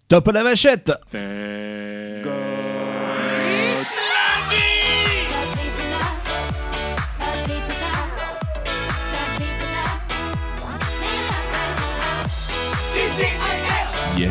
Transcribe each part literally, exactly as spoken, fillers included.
Top à la vachette. Yeah.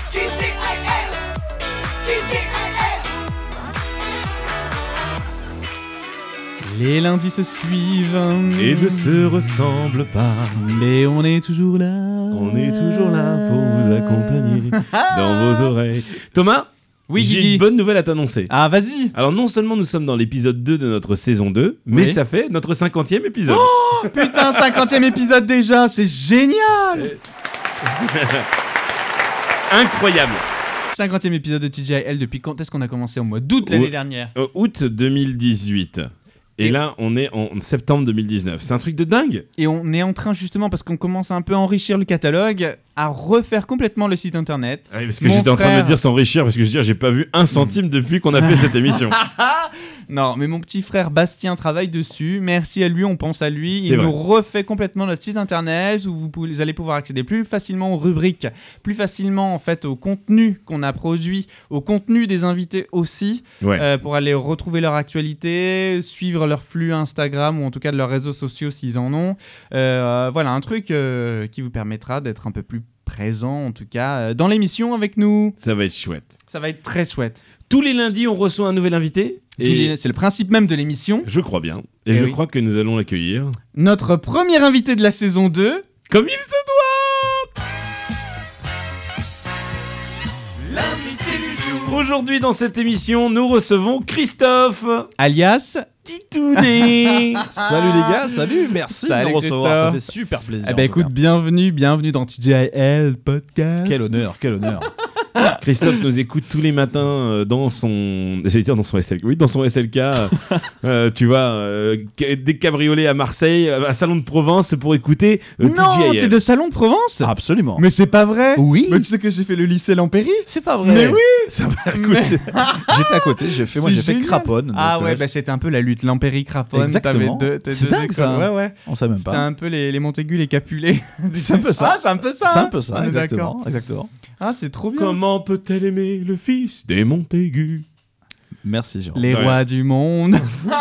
Les lundis se suivent Et ne se ressemblent pas. mais on est toujours là. On est toujours là pour vous accompagner dans vos oreilles. Thomas, Oui, j'ai Guigui. une bonne nouvelle à t'annoncer. Ah, vas-y. Alors non seulement nous sommes dans l'épisode deux de notre saison deux, mais Oui. ça fait notre cinquantième épisode. Oh, putain, cinquantième épisode déjà, c'est génial. Incroyable. cinquantième épisode de T J I L, depuis quand est-ce qu'on a commencé? Au mois d'août l'année Ouais. dernière. Euh, août deux mille dix-huit. Et, Et- là, on est en septembre deux mille dix-neuf. C'est un truc de dingue. Et on est en train justement, parce qu'on commence à un peu enrichir le catalogue, à refaire complètement le site internet. Ah oui, parce que Mon j'étais en train de frère. me dire s'enrichir, parce que je veux dire, j'ai pas vu un centime depuis qu'on a fait cette émission. Non, mais mon petit frère Bastien travaille dessus. Merci à lui, on pense à lui. C'est Il vrai. nous refait complètement notre site internet où vous, pouvez, vous allez pouvoir accéder plus facilement aux rubriques, plus facilement en fait au contenu qu'on a produit, au contenu des invités aussi, Ouais. euh, pour aller retrouver leur actualité, suivre leur flux Instagram ou en tout cas de leurs réseaux sociaux s'ils en ont. Euh, voilà, un truc euh, qui vous permettra d'être un peu plus présent en tout cas euh, dans l'émission avec nous. Ça va être chouette. Ça va être très chouette. Tous les lundis, on reçoit un nouvel invité. Tous Et les- C'est le principe même de l'émission. je crois bien. Et, Eh je oui. crois que nous allons l'accueillir. Notre premier invité de la saison deux, Comme il se doit. Aujourd'hui, dans cette émission, nous recevons Christophe alias... Titounet. Salut les gars, salut, merci Salut de me recevoir, Christophe. ça fait super plaisir. Eh en ben tout écoute, cas. bienvenue, bienvenue dans T J I L Podcast. Quel honneur, quel honneur. Christophe nous écoute tous les matins euh, dans son, j'allais dire dans son S L K, oui, dans son S L K. euh, euh, tu vois, euh, ca- des cabriolets à Marseille, euh, à Salon de Provence pour écouter euh, Non, T J I L. t'es de Salon de Provence Absolument. Mais c'est pas vrai. Oui. Mais tu sais que j'ai fait le lycée Lampéry. C'est pas vrai. Mais oui. Ça va, écoute, Mais- c'est- J'étais à côté, j'ai fait, moi C'est j'ai fait génial. Craponne. Ah donc, ouais, euh, bah c'était un peu la lutte Lampéry-Craponne. Exactement. T'avais deux- t'as C'est deux dingue, écoles. ça. Ouais, ouais. on sait même C'était pas. un peu les, les Montaigu, les Capulet. C'est un peu ça. Ah, c'est un peu ça. C'est hein. un peu ça, On est d'accord. exactement, exactement. Ah, c'est trop bien. Comment peut-elle aimer le fils des Montaigu? Merci Jérôme. Les Ouais. rois du monde.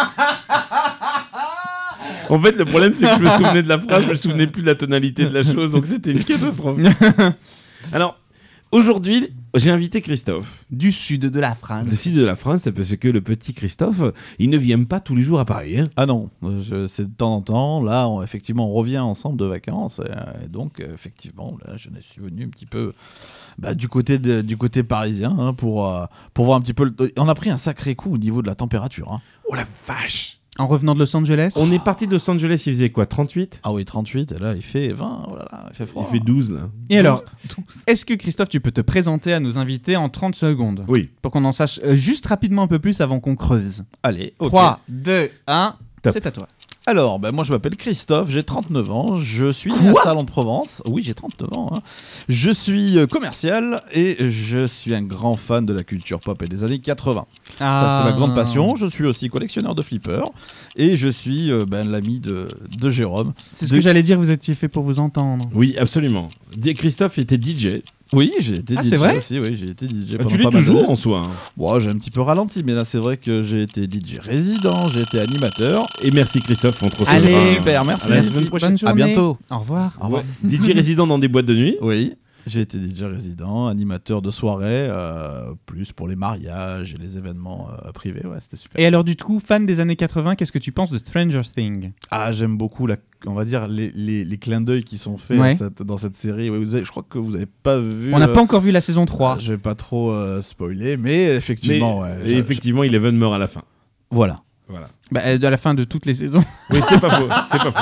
En fait, le problème, c'est que je me souvenais de la phrase, je me souvenais plus de la tonalité de la chose, donc c'était une catastrophe. Alors, aujourd'hui, j'ai invité Christophe. Du sud de la France. Du sud de la France, parce que le petit Christophe, il ne vient pas tous les jours à Paris. Hein. Ah non, euh, je- c'est de temps en temps. Là, on, effectivement, on revient ensemble de vacances. Et, euh, et donc, euh, effectivement, là, je suis venu un petit peu bah, du, côté de- du côté parisien hein, pour, euh, pour voir un petit peu. Le... On a pris un sacré coup au niveau de la température. Hein. Oh la vache! En revenant de Los Angeles. On est parti de Los Angeles, il faisait quoi, trente-huit? Ah oui, trente-huit, et là, il fait vingt. Oh là là, il fait froid. Il fait douze, là. Et alors, est-ce que Christophe, tu peux te présenter à nos invités en trente secondes Oui. pour qu'on en sache euh, juste rapidement un peu plus avant qu'on creuse. Allez, ok. trois, deux, un, Top. c'est à toi. Alors, ben, moi je m'appelle Christophe, j'ai trente-neuf ans, je suis né à Salon de Provence. Oui, j'ai trente-neuf ans. Hein. Je suis euh, commercial et je suis un grand fan de la culture pop et des années quatre-vingts. Ça, c'est ma grande passion. Je suis aussi collectionneur de flippers et je suis euh, ben, l'ami de, de Jérôme. C'est ce De- que j'allais dire, vous étiez fait pour vous entendre. Oui, absolument. Di- Christophe était D J. Oui, j'ai été Ah, D J c'est vrai aussi. Oui, j'ai été D J Ah, pendant tu l'es pas mal toujours d'années. en soi. hein. Bon, j'ai un petit peu ralenti, mais là c'est vrai que j'ai été D J résident, j'ai été animateur. Et merci Christophe, on te retrouvera. Allez, super, merci. À la semaine prochaine. Bonne journée. À bientôt. Au revoir. Au revoir. Ouais. D J résident dans des boîtes de nuit. Oui, j'ai été D J résident, animateur de soirée, euh, plus pour les mariages et les événements euh, privés. Ouais, c'était super. Et alors du coup, fan des années quatre-vingts, qu'est-ce que tu penses de Stranger Things? Ah, j'aime beaucoup, la, on va dire, les, les, les clins d'œil qui sont faits Ouais. dans, cette, dans cette série. Ouais, vous avez- je crois que vous n'avez pas vu... On n'a euh, pas encore vu la saison trois. euh, Je vais pas trop euh, spoiler, mais effectivement, Mais- ouais, et je- effectivement, Eleven meurt à la fin. je- voilà. Voilà. Bah, euh, à la fin de toutes les saisons. Oui, c'est pas faux. C'est pas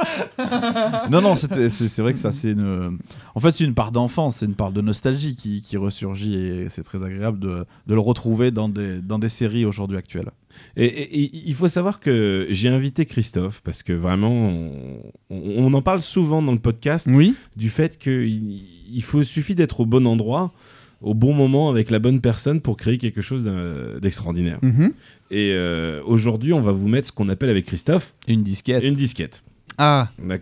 faux. Non, non, c'était- c'est c'est vrai que ça, c'est une... En fait, c'est une part d'enfance, c'est une part de nostalgie qui, qui ressurgit et c'est très agréable de, de le retrouver dans des, dans des séries aujourd'hui actuelles. Et, et- et il faut savoir que j'ai invité Christophe parce que vraiment, on, on- on en parle souvent dans le podcast Oui. du fait qu'il il faut suffit d'être au bon endroit, au bon moment avec la bonne personne pour créer quelque chose euh, d'extraordinaire. Mhm. Et euh, aujourd'hui, on va vous mettre ce qu'on appelle avec Christophe Une disquette. une disquette. Ah, D'accord?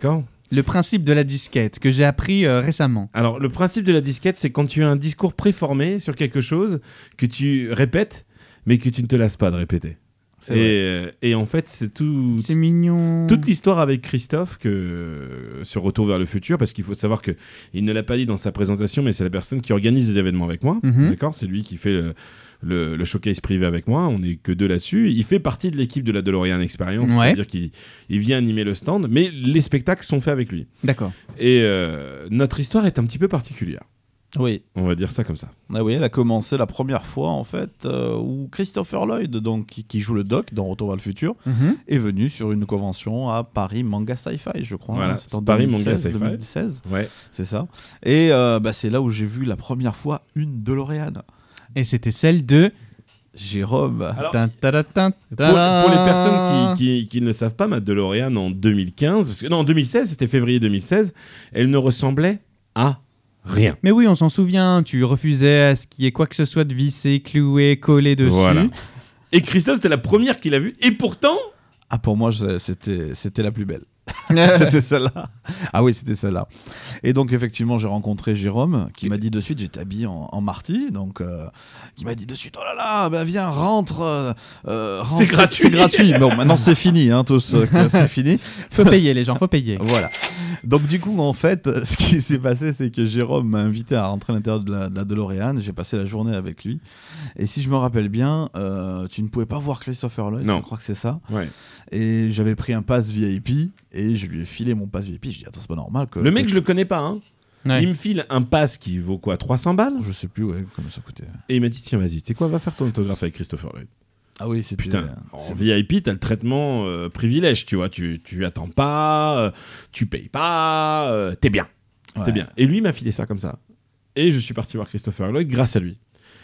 Le principe de la disquette que j'ai appris euh, récemment. Alors, le principe de la disquette, c'est quand tu as un discours préformé sur quelque chose que tu répètes, mais que tu ne te lasses pas de répéter. Et, euh, et en fait, c'est tout. C'est mignon. Toute l'histoire avec Christophe que, euh, sur Retour vers le futur, parce qu'il faut savoir qu'il ne l'a pas dit dans sa présentation, mais c'est la personne qui organise les événements avec moi. Mhm. D'accord ? C'est lui qui fait le, le, le showcase privé avec moi. On n'est que deux là-dessus. Il fait partie de l'équipe de la DeLorean Experience, Ouais. c'est-à-dire qu'il il vient animer le stand, mais les spectacles sont faits avec lui. D'accord. Et euh, notre histoire est un petit peu particulière. Oui. On va dire ça comme ça. Ah oui, elle a commencé la première fois en fait euh, où Christopher Lloyd, donc qui, qui joue le Doc dans Retour vers le futur, Mhm. est venu sur une convention à Paris Manga Sci-Fi, je crois. Voilà, hein. C'est en Paris deux mille seize, Manga Sci-Fi. deux mille seize, Ouais. c'est ça. Et euh, bah, c'est là où j'ai vu la première fois une DeLorean. Et c'était celle de. Jérôme. Alors, Tin, tada, tin, Pour, tada. pour les personnes qui, qui, qui ne le savent pas, ma DeLorean en deux mille quinze, parce que non, en deux mille seize, c'était février deux mille seize, elle ne ressemblait à rien. Mais oui, on s'en souvient. Tu refusais à ce qu'il y ait quoi que ce soit de vissé, cloué, collé dessus. Voilà. Et Christophe, c'était la première qu'il a vue, et pourtant, Ah, pour moi, je- c'était, c'était la plus belle. C'était celle-là. Ah oui, c'était celle-là. Et donc, effectivement, j'ai rencontré Jérôme qui m'a dit de suite, j'étais habillé en, en Marty, donc, euh, qui m'a dit de suite, oh là là, bah, viens, rentre. euh, euh, rentre, C'est gratuit. C'est gratuit. Bon, maintenant, c'est fini, hein, tous. euh, c'est fini. Faut payer, les gens, faut payer. Voilà. Donc, du coup, en fait, ce qui s'est passé, c'est que Jérôme m'a invité à rentrer à l'intérieur de la, de la DeLorean. J'ai passé la journée avec lui. Et si je me rappelle bien, euh, tu ne pouvais pas voir Christopher Lloyd. Non. Je crois que c'est ça. ouais. Et j'avais pris un pass V I P et je lui ai filé mon pass V I P. Je dis attends, c'est pas normal que Le mec, que je le connais pas, hein. Ouais. Il me file un pass qui vaut quoi, trois cents balles, je sais plus ouais comment ça coûtait. et il m'a dit, tiens, vas-y, tu sais quoi, va faire ton autographe avec Christopher Lloyd. Ah oui, c'était Putain, euh, en c'est- V I P, t'as le traitement euh, privilège, tu vois, tu, tu attends pas, euh, tu payes pas, euh, t'es bien, ouais. t'es bien. Et lui il m'a filé ça comme ça. Et je suis parti voir Christopher Lloyd grâce à lui.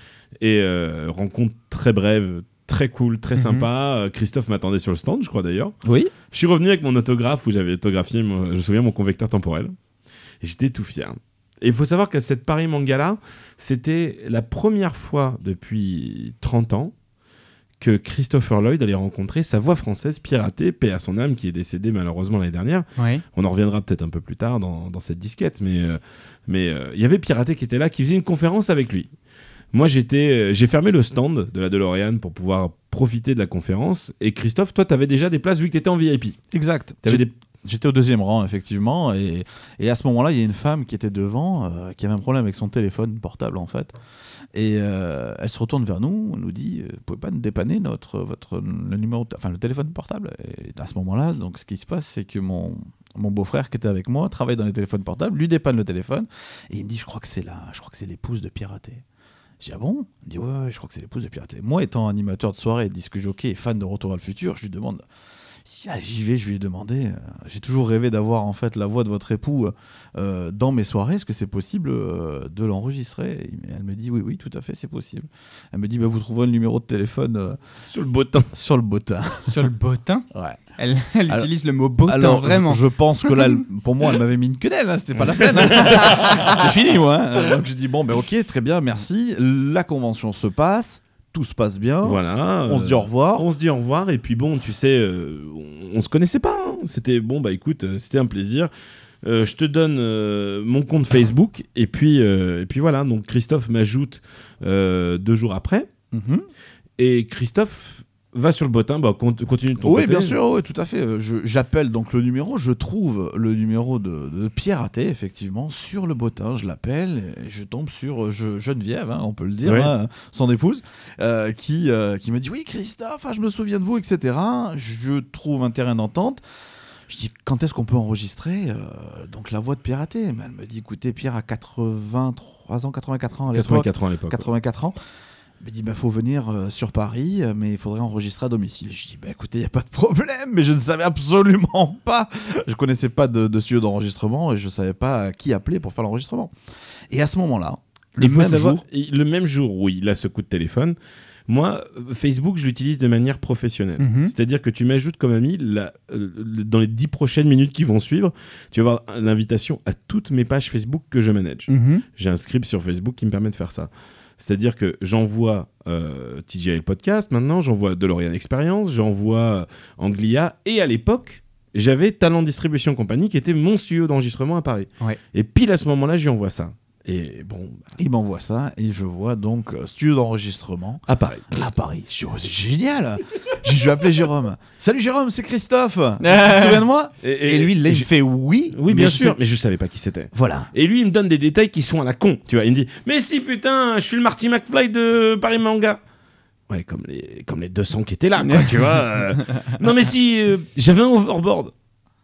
Et euh, rencontre très brève, très cool, très Mhm. sympa. Euh, Christophe m'attendait sur le stand, je crois d'ailleurs. Oui. Je suis revenu avec mon autographe où j'avais autographié, mon- je me souviens, mon convecteur temporel. Et j'étais tout fier. Et il faut savoir qu'à cette Paris Manga-là, c'était la première fois depuis trente ans que Christopher Lloyd allait rencontrer sa voix française piratée, paix à son âme, qui est décédée malheureusement l'année dernière. Ouais. On en reviendra peut-être un peu plus tard dans, dans cette disquette, mais euh, mais euh, il y avait Piraté qui était là, qui faisait une conférence avec lui. Moi, j'étais, euh, j'ai fermé le stand de la DeLorean pour pouvoir profiter de la conférence. Et Christophe, toi, t'avais déjà des places vu que t'étais en V I P. Exact. T'avais J'ai- des... J'étais au deuxième rang effectivement et, et à ce moment-là, il y a une femme qui était devant, euh, qui avait un problème avec son téléphone portable en fait. Et euh, elle se retourne vers nous, nous dit, euh, vous pouvez pas nous dépanner notre votre le numéro, de- enfin le téléphone portable. Et à ce moment-là, donc ce qui se passe, c'est que mon mon beau-frère qui était avec moi travaille dans les téléphones portables, lui dépanne le téléphone et il me dit, je crois que c'est là, je crois que c'est l'épouse de Piraté. Je dis ah bon? Il me dit ouais, ouais, je crois que c'est l'épouse de Piraté. Moi étant animateur de soirée, disque jockey et fan de Retour vers le futur, je lui demande. Si ah, j'y vais, je lui ai demandé. euh, j'ai toujours rêvé d'avoir en fait la voix de votre époux euh, dans mes soirées. Est-ce que c'est possible euh, de l'enregistrer? Et elle me dit oui, oui, tout à fait, c'est possible. Elle me dit bah, vous trouverez le numéro de téléphone euh, Sur le beau temps. sur le bottin. Sur le bottin. Ouais. Elle, elle Alors- utilise le mot bottin, Alors vraiment. je, je pense que là, elle- pour moi, elle m'avait mis une quenelle. Hein, c'était pas la peine. C'était fini, moi. hein. Donc je dis bon, ben ok, très bien, merci. La convention se passe, tout se passe bien. Voilà. On se dit au revoir. On se dit au revoir. Et puis bon, tu sais, euh, on, on se connaissait pas. hein. C'était bon, bah écoute, euh, c'était un plaisir. Euh, je te donne euh, mon compte Facebook. Et puis, euh, et puis voilà. Donc Christophe m'ajoute euh, deux jours après. Mhm. Et Christophe va sur le bottin. Bah, con- continue de ton Oui, côté. bien sûr, oui, tout à fait. Euh, je- J'appelle donc le numéro, je trouve le numéro de, de Pierre Athé, effectivement, sur le bottin. Je l'appelle, et je tombe sur euh, je- Geneviève, hein, on peut le dire, Ouais. hein, son épouse, euh, qui, euh, qui me dit oui, Christophe, ah, je me souviens de vous, et cetera. Je trouve un terrain d'entente. Je dis quand est-ce qu'on peut enregistrer euh, donc la voix de Pierre Athé? Mais elle me dit écoutez, Pierre a quatre-vingt-trois ans, quatre-vingt-quatre ans à l'époque. quatre-vingt-quatre ans à l'époque. quatre-vingt-quatre ans. Il me dit, il bah, faut venir euh, sur Paris, euh, mais il faudrait enregistrer à domicile. Je dis, bah, écoutez, il n'y a pas de problème, mais je ne savais absolument pas. Je ne connaissais pas de, de studio d'enregistrement et je ne savais pas qui appeler pour faire l'enregistrement. Et à ce moment-là, le Il faut même savoir, jour, il- le même jour où il a ce coup de téléphone, moi, euh, Facebook, je l'utilise de manière professionnelle. Mhm. C'est-à-dire que tu m'ajoutes comme ami, la- euh, le- dans les dix prochaines minutes qui vont suivre, tu vas avoir l'invitation à toutes mes pages Facebook que je manage. Mhm. J'ai un script sur Facebook qui me permet de faire ça. C'est-à-dire que j'envoie euh, T J L Podcast maintenant, j'envoie DeLorean Experience, j'envoie Anglia, et à l'époque, j'avais Talent Distribution Company qui était mon studio d'enregistrement à Paris. Ouais. Et pile à ce moment-là, je lui envoie ça. Et bon, bah, Il m'envoie ça et je vois donc euh, studio d'enregistrement à Paris. à Paris. Je dis, oh, c'est génial. Je vais appeler Jérôme. Salut Jérôme, c'est Christophe. Tu te souviens de moi? et, et lui, il j'ai- fait oui. Oui, bien mais je sûr, sais- mais je savais pas qui c'était. Voilà. Et lui, il me donne des détails qui sont à la con. Tu vois, il me dit, mais si putain, je suis le Marty McFly de Paris Manga. Ouais, comme les, comme les deux cents qui étaient là, quoi, tu vois. euh. Non, mais si, euh, j'avais un overboard.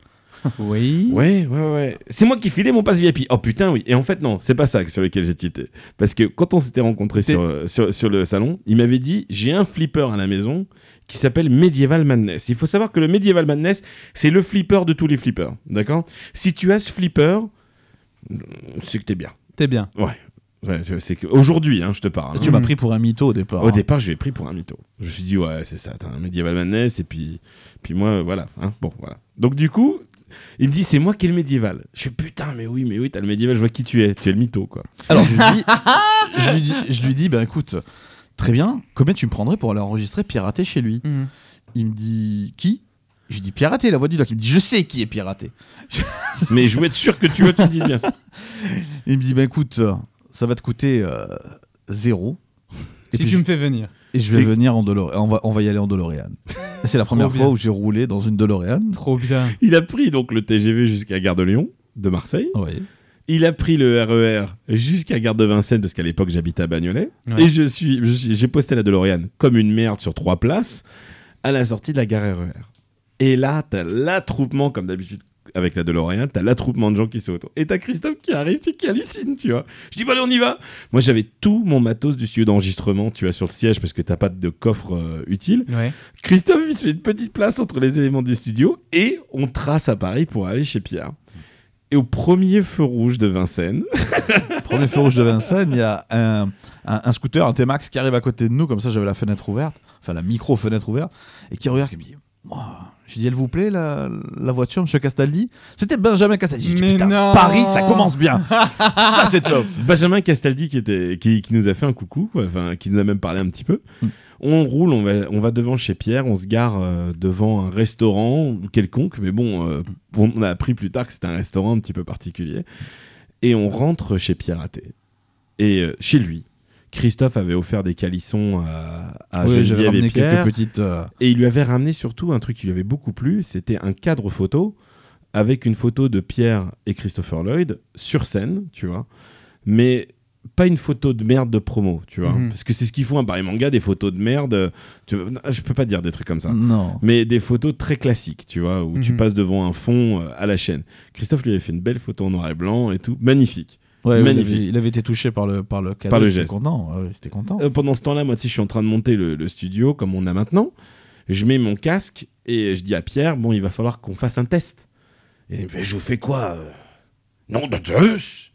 Oui. Ouais, ouais, ouais. C'est moi qui filais mon pass V I P. Oh putain, oui. Et en fait, non, c'est pas ça sur lequel j'ai tité. Parce que quand on s'était rencontrés C'est- sur, euh, sur, sur le salon, il m'avait dit, j'ai un flipper à la maison qui s'appelle Medieval Madness. Il faut savoir que le Medieval Madness, c'est le flipper de tous les flippers. D'accord? Si tu as ce flipper, c'est que t'es bien. T'es bien. Ouais. Ouais, je- c'est que aujourd'hui, hein, je te parle. hein. Tu m'as pris pour un mytho au départ. Au hein. départ, je l'ai pris pour un mytho. Je me suis dit, ouais, c'est ça, t'as un Medieval Madness, et puis, puis moi, euh, voilà. Hein, bon, voilà. Donc, du coup, il me dit, c'est moi qui ai le médiéval. Je fais, putain, mais oui, mais oui, t'as le médiéval, je vois qui tu es. Tu es le mytho, quoi. Alors je lui dis, je lui dis, je lui dis, ben écoute, très bien. Combien tu me prendrais pour aller enregistrer Piraté chez lui? Mhm. Il me dit qui? Je lui dis Piraté, la voix du doc. Il me dit je sais qui est Piraté. Mais je veux être sûr que tu veux que tu dises bien ça. Il me dit ben écoute, euh, ça va te coûter euh, zéro. Et Si puis tu je, me fais venir. et je vais Et- venir en DeLorean. On va, on va y aller en DeLorean. C'est la première bien. fois où j'ai roulé dans une DeLorean. Trop bien. Il a pris donc le T G V jusqu'à Gare de Lyon, de Marseille. Ouais. Il a pris le R E R jusqu'à Gare de Vincennes, parce qu'à l'époque, j'habitais à Bagnolet. Ouais. Et je suis, je suis- j'ai posté la DeLorean comme une merde sur trois places à la sortie de la gare R E R. Et là, t'as l'attroupement, comme d'habitude avec la DeLorean, t'as l'attroupement de gens qui sont autour. Et t'as Christophe qui arrive, tu- qui hallucine, tu vois. Je dis, bon, allez, on y va. Moi, j'avais tout mon matos du studio d'enregistrement, tu vois, sur le siège, parce que t'as pas de coffre euh, utile. Ouais. Christophe, il se fait une petite place entre les éléments du studio et on trace à Paris pour aller chez Pierre. Et au premier feu rouge de Vincennes, Premier feu rouge de Vincennes, il y a un, un, un scooter, un T-Max qui arrive à côté de nous, comme ça j'avais la fenêtre ouverte, enfin la micro-fenêtre ouverte, et qui regarde et me dit Ouah. J'ai dit, elle vous plaît la, la voiture, monsieur Castaldi? C'était Benjamin Castaldi. J'ai dit, Mais putain, non. Paris, ça commence bien. Ça, c'est top. Benjamin Castaldi qui, était, qui, qui nous a fait un coucou, quoi, enfin, qui nous a même parlé un petit peu. Mm. On roule, on va, on va devant chez Pierre, on se gare euh, devant un restaurant quelconque, mais bon, euh, on a appris plus tard que c'était un restaurant un petit peu particulier. Et on rentre chez Pierre Athé. Et euh, chez lui, Christophe avait offert des calissons à, à Oui, j'avais Geneviève et ramené Pierre. quelques petites. euh, Et il lui avait ramené surtout un truc qui lui avait beaucoup plu, c'était un cadre photo avec une photo de Pierre et Christopher Lloyd sur scène, tu vois. Mais pas une photo de merde de promo, tu vois. Mhm. Parce que c'est ce qu'ils font à Paris Manga, des photos de merde. Tu vois, non, je peux pas dire des trucs comme ça. Non. Mais des photos très classiques, tu vois, où tu Mhm. passes devant un fond euh, à la chaîne. Christophe lui avait fait une belle photo en noir et blanc et tout. Magnifique. Ouais, ouais, il, Magnifique. avait, il avait été touché par le, par le cadeau. Par le il était geste. content. Ouais, c'était content. Euh, pendant ce temps-là, moi, tu sais, je suis en train de monter le, le studio comme on a maintenant. Je mets mon casque et je dis à Pierre, bon, il va falloir qu'on fasse un test. Et il me fait, je vous fais quoi euh Non, de Zeus.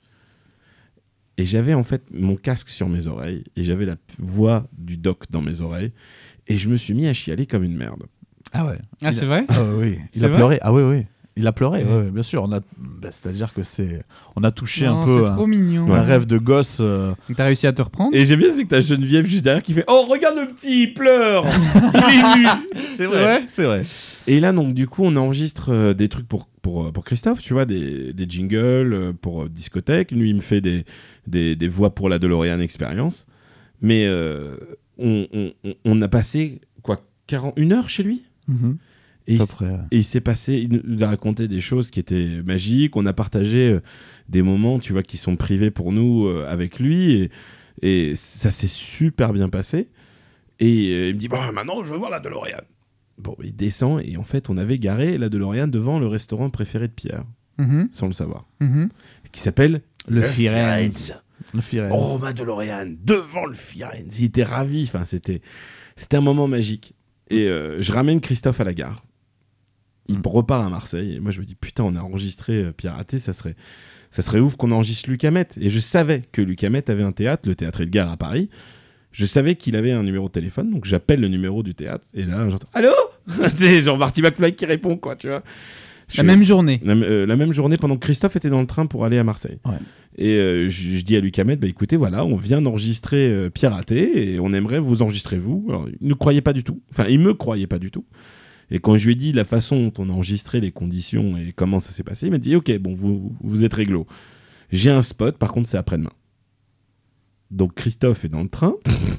Et j'avais en fait mon casque sur mes oreilles et j'avais la voix du doc dans mes oreilles et je me suis mis à chialer comme une merde. Ah ouais. Ah, Il c'est a- vrai? Ah ouais, oui. Il C'est a vrai pleuré. Ah oui, oui. Il a pleuré, Ouais. ouais, ouais, bien sûr. On a, bah, c'est-à-dire que c'est, on a touché Non, un peu c'est un, trop mignon. un rêve de gosse. euh, Donc, t'as réussi à te reprendre? Et j'aime bien, c'est que t'as Geneviève juste derrière qui fait, oh, regarde le petit, il pleure. Il est ému. C'est vrai. c'est vrai. Et là, donc, du coup, on enregistre euh, des trucs pour, pour, euh, pour Christophe, tu vois, des, des jingles euh, pour euh, discothèque. Lui, il me fait des, des, des voix pour la DeLorean Experience. Mais euh, on, on, on- on a passé, quoi, quarante, une heure chez lui. Mhm. Et À peu il, près, ouais. et il s'est passé, il nous a raconté des choses qui étaient magiques. On a partagé euh, des moments, tu vois, qui sont privés pour nous euh, avec lui. Et, et ça s'est super bien passé. Et euh, il me dit, bon, maintenant, je veux voir la DeLorean. Bon, il descend et en fait, on avait garé la DeLorean devant le restaurant préféré de Pierre, Mhm, sans le savoir, mhm. qui s'appelle Le Firenze. Le Firenze. Oh, ma DeLorean, devant le Firenze. Il était ravi. Enfin, c'était, c'était un moment magique. Et euh, je ramène Christophe à la gare. Il Mm. repart à Marseille. Et moi, je me dis, putain, on a enregistré euh, Piraté, ça serait, ça serait ouf qu'on enregistre Luc Hamet. Et je savais que Luc Hamet avait un théâtre, le théâtre Edgar à Paris. Je savais qu'il avait un numéro de téléphone, donc j'appelle le numéro du théâtre. Et là, j'entends, allô. C'est genre Marty McFly qui répond, quoi, tu vois. Je La fais- même journée. la, euh, la même journée, pendant que Christophe était dans le train pour aller à Marseille. Ouais. Et euh, je, je dis à Luc Hamet, bah, écoutez, voilà, on vient d'enregistrer euh, Piraté et on aimerait vous enregistrer vous. Alors, il ne croyait pas du tout. Enfin, il me croyait pas du tout. Et quand je lui ai dit la façon dont on a enregistré les conditions et comment ça s'est passé, il m'a dit ok, bon, vous, vous êtes réglo. J'ai un spot, par contre, c'est après-demain. Donc Christophe est dans le train,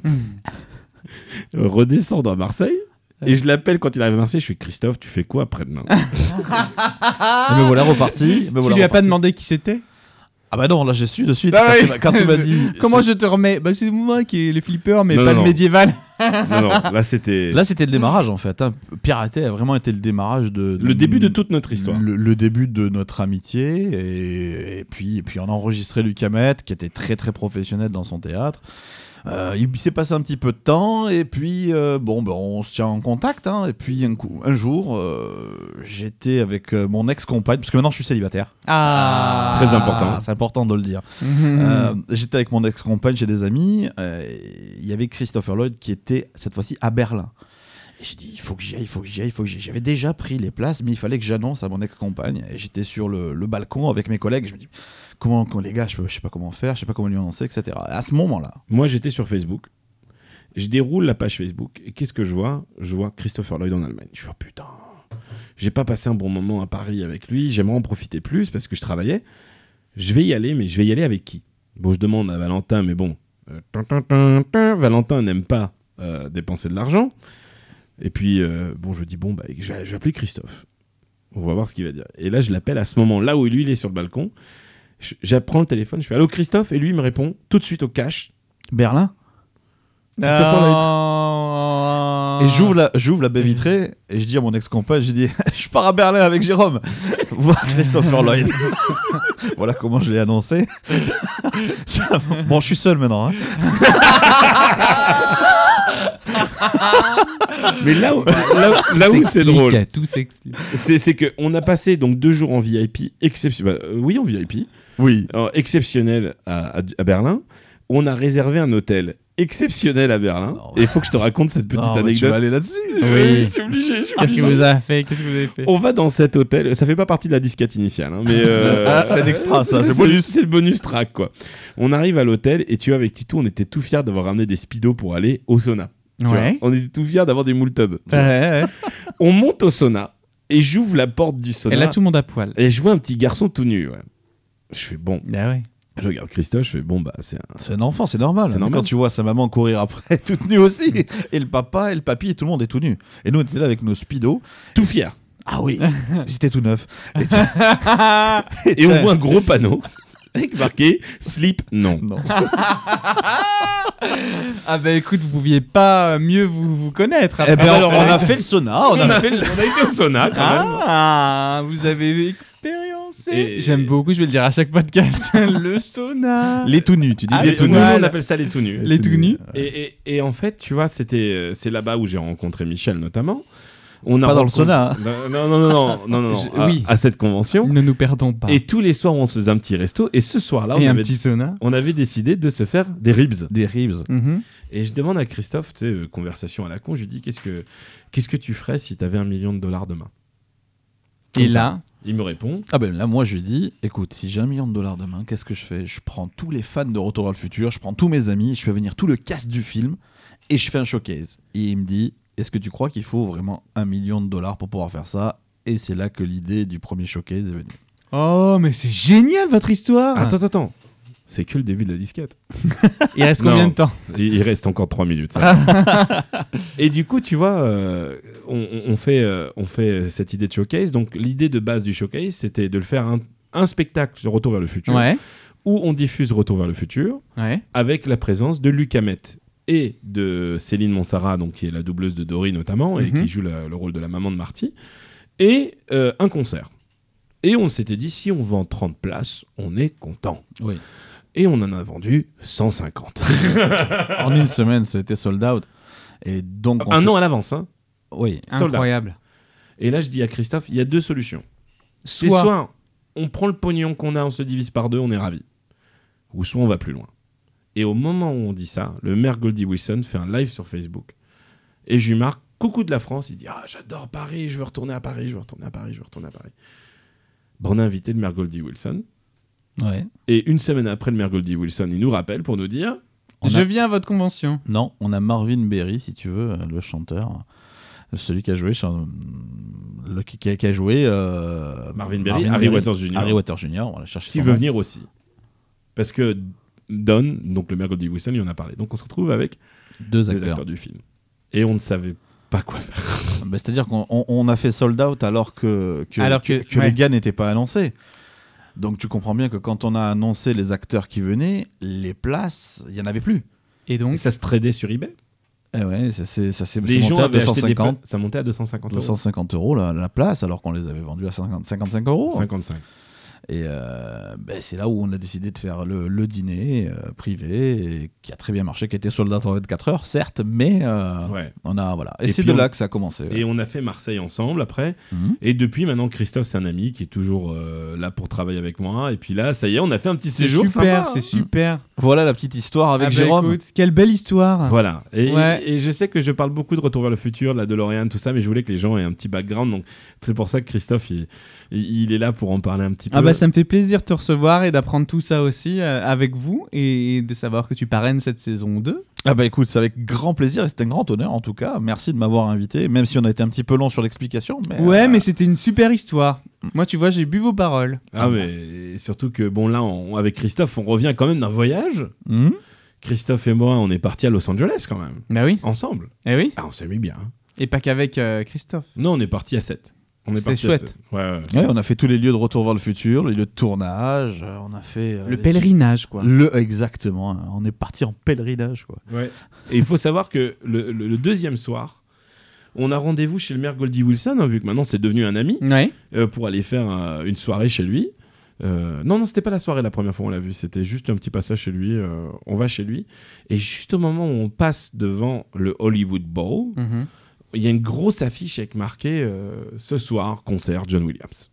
redescend à Marseille. Et je l'appelle quand il arrive à Marseille, je fais Christophe, tu fais quoi après-demain? Et me voilà reparti. Me Tu voilà lui as pas reparti. demandé qui c'était? Ah bah non, là j'ai su de suite. Ah quand, oui. tu m'as- quand tu m'as dit. Comment c'est- je te remets? Bah c'est moi qui ai les flippers, mais Non, pas non, le non. médiéval. Non, non, là c'était Là c'était le démarrage en fait. Hein. Pirater a vraiment été le démarrage de. le début de toute notre histoire. Le, le début de notre amitié. Et, et, puis, et puis on a enregistré Lucas Met, qui était très très professionnel dans son théâtre. Euh, il s'est passé un petit peu de temps et puis euh, bon ben on se tient en contact hein, et puis un, coup, un jour euh, j'étais avec euh, mon ex-compagne parce que maintenant je suis célibataire. Ah. Très important. C'est important de le dire. Mhm. Euh, j'étais avec mon ex-compagne chez des amis. euh, Il y avait Christopher Lloyd qui était cette fois-ci à Berlin. Et j'ai dit, il faut que j'y aille, il faut que j'y aille, il faut que j'y aille. J'avais déjà pris les places, mais il fallait que j'annonce à mon ex-compagne. Et j'étais sur le, le balcon avec mes collègues. Et je me dis, comment, comment les gars, je, peux, je sais pas comment faire, je sais pas comment lui annoncer, et cetera. À ce moment-là, Moi j'étais sur Facebook, je déroule la page Facebook et qu'est-ce que je vois? Je vois Christopher Lloyd en Allemagne. Je vois putain, j'ai pas passé un bon moment à Paris avec lui, j'aimerais en profiter plus parce que je travaillais. Je vais y aller, mais je vais y aller avec qui? Bon, je demande à Valentin, mais bon, euh, tin, tin, tin, tin, Valentin n'aime pas euh, dépenser de l'argent. Et puis, euh, bon, je dis, bon, bah, je vais, je vais appeler Christophe. On va voir ce qu'il va dire. Et là, je l'appelle à ce moment, là où lui, il est sur le balcon. Je- J'apprends le téléphone, je fais allô Christophe, et lui, il me répond tout de suite au cash. Berlin. Christopher Lloyd. Oh. Et j'ouvre la, j'ouvre la baie vitrée et je dis à mon ex-compagne, je dis, je pars à Berlin avec Jérôme, voir Christopher Lloyd. Voilà comment je l'ai annoncé. Bon, je suis seul maintenant. Hein. Mais là où, là, là où c'est drôle, Tout s'explique. c'est, c'est qu'on a passé donc deux jours en V I P, exceptionnel. Bah, euh, oui, en V I P, Oui. euh, exceptionnel à, à, à Berlin. On a réservé un hôtel exceptionnel à Berlin. Non. Et il faut que je te raconte cette petite Non, mais tu anecdote. vas aller là-dessus. Oui. je suis obligé. Je suis Qu'est-ce que obligé. vous avez fait? Qu'est-ce que vous avez fait? On va dans cet hôtel. Ça fait pas partie de la disquette initiale, hein, mais euh, Ah, c'est un extra, ça, c'est bonus. C'est le bonus track, quoi. On arrive à l'hôtel et tu vois, avec Titou, on était tout fiers d'avoir ramené des speedos pour aller au sauna. Tu vois. Ouais. On était tout fiers d'avoir des moule tubs. tu Ouais, vois. ouais, ouais. On monte au sauna et j'ouvre la porte du sauna Et là, tout le monde à poil. et je vois un petit garçon tout nu. Ouais. Je fais bon. Bah ouais. Je regarde Christophe, je fais bon, bah c'est un. C'est un enfant, c'est normal. C'est Mais normal. Quand tu vois sa maman courir après, toute nue aussi, et le papa, et le papy, et tout le monde est tout nu. Et nous, on était là avec nos speedos. Tout fier. Ah oui, c'était tout neuf. Et, tu- Et on voit un gros panneau avec marqué Sleep non. Non. Ah bah écoute, vous pouviez pas mieux vous, vous connaître. Eh après. ben, alors, on on a a- fait le sauna, on On a a, fait le... on a été au sauna quand même. Ah, vous avez expériencé. Et- J'aime beaucoup, je vais le dire à chaque podcast. Le sauna. Les tout nus, tu dis Ah, les Les tout tout nus. nus, Voilà. on appelle ça les tout nus. Les tout nus. Et, et, et en fait, tu vois, c'était, euh, c'est là-bas où j'ai rencontré Michel notamment. On a Pas dans le rencontré- sauna, hein. Non, non, non, non, non, non, non, Je- à, oui. à cette convention. Ne nous perdons pas. Et tous les soirs, on se faisait un petit resto. Et ce soir-là, on, Et un avait- petit sauna. on avait décidé de se faire des ribs. Des ribs. Mhm. Et je demande à Christophe, tu sais, euh, conversation à la con, je lui dis qu'est-ce que, qu'est-ce que tu ferais si tu avais un million de dollars demain? Et Comme ça. là, Il me répond Ah ben là, moi, je lui dis, écoute, si j'ai un million de dollars demain, qu'est-ce que je fais? Je prends tous les fans de Retour vers le futur, je prends tous mes amis, je fais venir tout le cast du film et je fais un showcase. Et il me dit, est-ce que tu crois qu'il faut vraiment un million de dollars pour pouvoir faire ça? Et c'est là que l'idée du premier showcase est venue. oh mais c'est génial votre histoire. Attends, attends, attends. C'est que le début de la disquette. Il reste combien Non. de temps? Il il reste encore trois minutes. Ça. Et du coup, tu vois, euh, on, on- on fait, euh, on fait cette idée de showcase. Donc, l'idée de base du showcase, c'était de le faire un, un spectacle de Retour vers le futur, Ouais. où on diffuse Retour vers le futur Ouais. avec la présence de Luc Hamet et de Céline Monsara, donc qui est la doubleuse de Dory notamment, et Mhm. qui joue la- le rôle de la maman de Marty, et euh, un concert. Et on s'était dit, si on vend trente places, on est content. Oui. Et on en a vendu cent cinquante. En une semaine, c'était sold out. Et donc, on Un s'est- an à l'avance, hein. Oui. Sold out. Incroyable. Et là, je dis à Christophe, il y a deux solutions. C'est Soit. soit on prend le pognon qu'on a, on se divise par deux, on est ravis. Ou soit on va plus loin. Et au moment où on dit ça, le maire Goldie Wilson fait un live sur Facebook. Et je lui marque, coucou de la France. Il dit, ah, j'adore Paris, je veux retourner à Paris, je veux retourner à Paris, je veux retourner à Paris. Bon, on a invité le maire Goldie Wilson. Ouais. Et une semaine après, le maire Goldie Wilson, il nous rappelle pour nous dire, On Je a- viens à votre convention. Non, on a Marvin Berry, si tu veux, euh, le chanteur, celui qui a joué, le, qui, a, qui a joué euh, Marvin Berry, Harry Waters Junior Harry Waters Junior, on va chercher qui veut nom. venir aussi. Parce que Don, donc le maire Goldie Wilson, il en a parlé. Donc on se retrouve avec deux, deux acteurs. acteurs du film. Et on ne savait pas quoi faire. Bah, c'est-à-dire qu'on on, on a fait sold out alors que, que, alors que, que, que ouais. les gars n'étaient pas annoncés. Donc tu comprends bien que quand on a annoncé les acteurs qui venaient, les places, il n'y en avait plus. Et donc Et ça se tradait sur eBay. Eh ouais, ça s'est ça s'est les monté gens à deux cent cinquante. Ça montait à deux cent cinquante euros. deux cent cinquante euros la, la place, alors qu'on les avait vendus à cinquante, cinquante-cinq euros. cinquante-cinq. Et euh, ben c'est là où on a décidé de faire le, le dîner euh, privé, et qui a très bien marché, qui était soldat en vingt-quatre heures, certes, mais euh, ouais. on a voilà. Et, et c'est de on... là que ça a commencé. Et ouais. on a fait Marseille ensemble après. Mmh. Et depuis maintenant, Christophe, c'est un ami qui est toujours euh, là pour travailler avec moi. Et puis là, ça y est, on a fait un petit c'est séjour. Super, sympa, c'est hein. super. Voilà la petite histoire avec ah bah Jérôme. Écoute, quelle belle histoire. Voilà. Et, ouais. et, et je sais que je parle beaucoup de Retour vers le futur, de la DeLorean, tout ça, mais je voulais que les gens aient un petit background. Donc c'est pour ça que Christophe, il, il est là pour en parler un petit peu. Ah bah ça me fait plaisir de te recevoir et d'apprendre tout ça aussi euh, avec vous et de savoir que tu parraines cette saison deux. Ah bah écoute, c'est avec grand plaisir et c'est un grand honneur en tout cas. Merci de m'avoir invité, même si on a été un petit peu long sur l'explication. Mais ouais, euh... mais c'était une super histoire. Moi, tu vois, j'ai bu vos paroles. Ah mais surtout que bon là, on, avec Christophe, on revient quand même d'un voyage. Mmh. Christophe et moi, on est partis à Los Angeles quand même. Bah oui. Ensemble. Eh oui. Ah, on s'est mis bien. Et pas qu'avec euh, Christophe. Non, on est partis à sept. On est C'était parti chouette. Ouais, ouais, ouais, on a fait tous les lieux de Retour vers le futur, les lieux de tournage, euh, on a fait... Euh, le pèlerinage, quoi. Le, exactement, hein, on est parti en pèlerinage, quoi. Ouais. Et il faut savoir que le, le, le deuxième soir, on a rendez-vous chez le maire Goldie Wilson, hein, vu que maintenant c'est devenu un ami, ouais. euh, pour aller faire euh, une soirée chez lui. Euh, non, non, c'était pas la soirée la première fois où on l'a vu, c'était juste un petit passage chez lui. Euh, on va chez lui, et juste au moment où on passe devant le Hollywood Bowl, mm-hmm. il y a une grosse affiche avec marqué euh, ce soir, concert John Williams.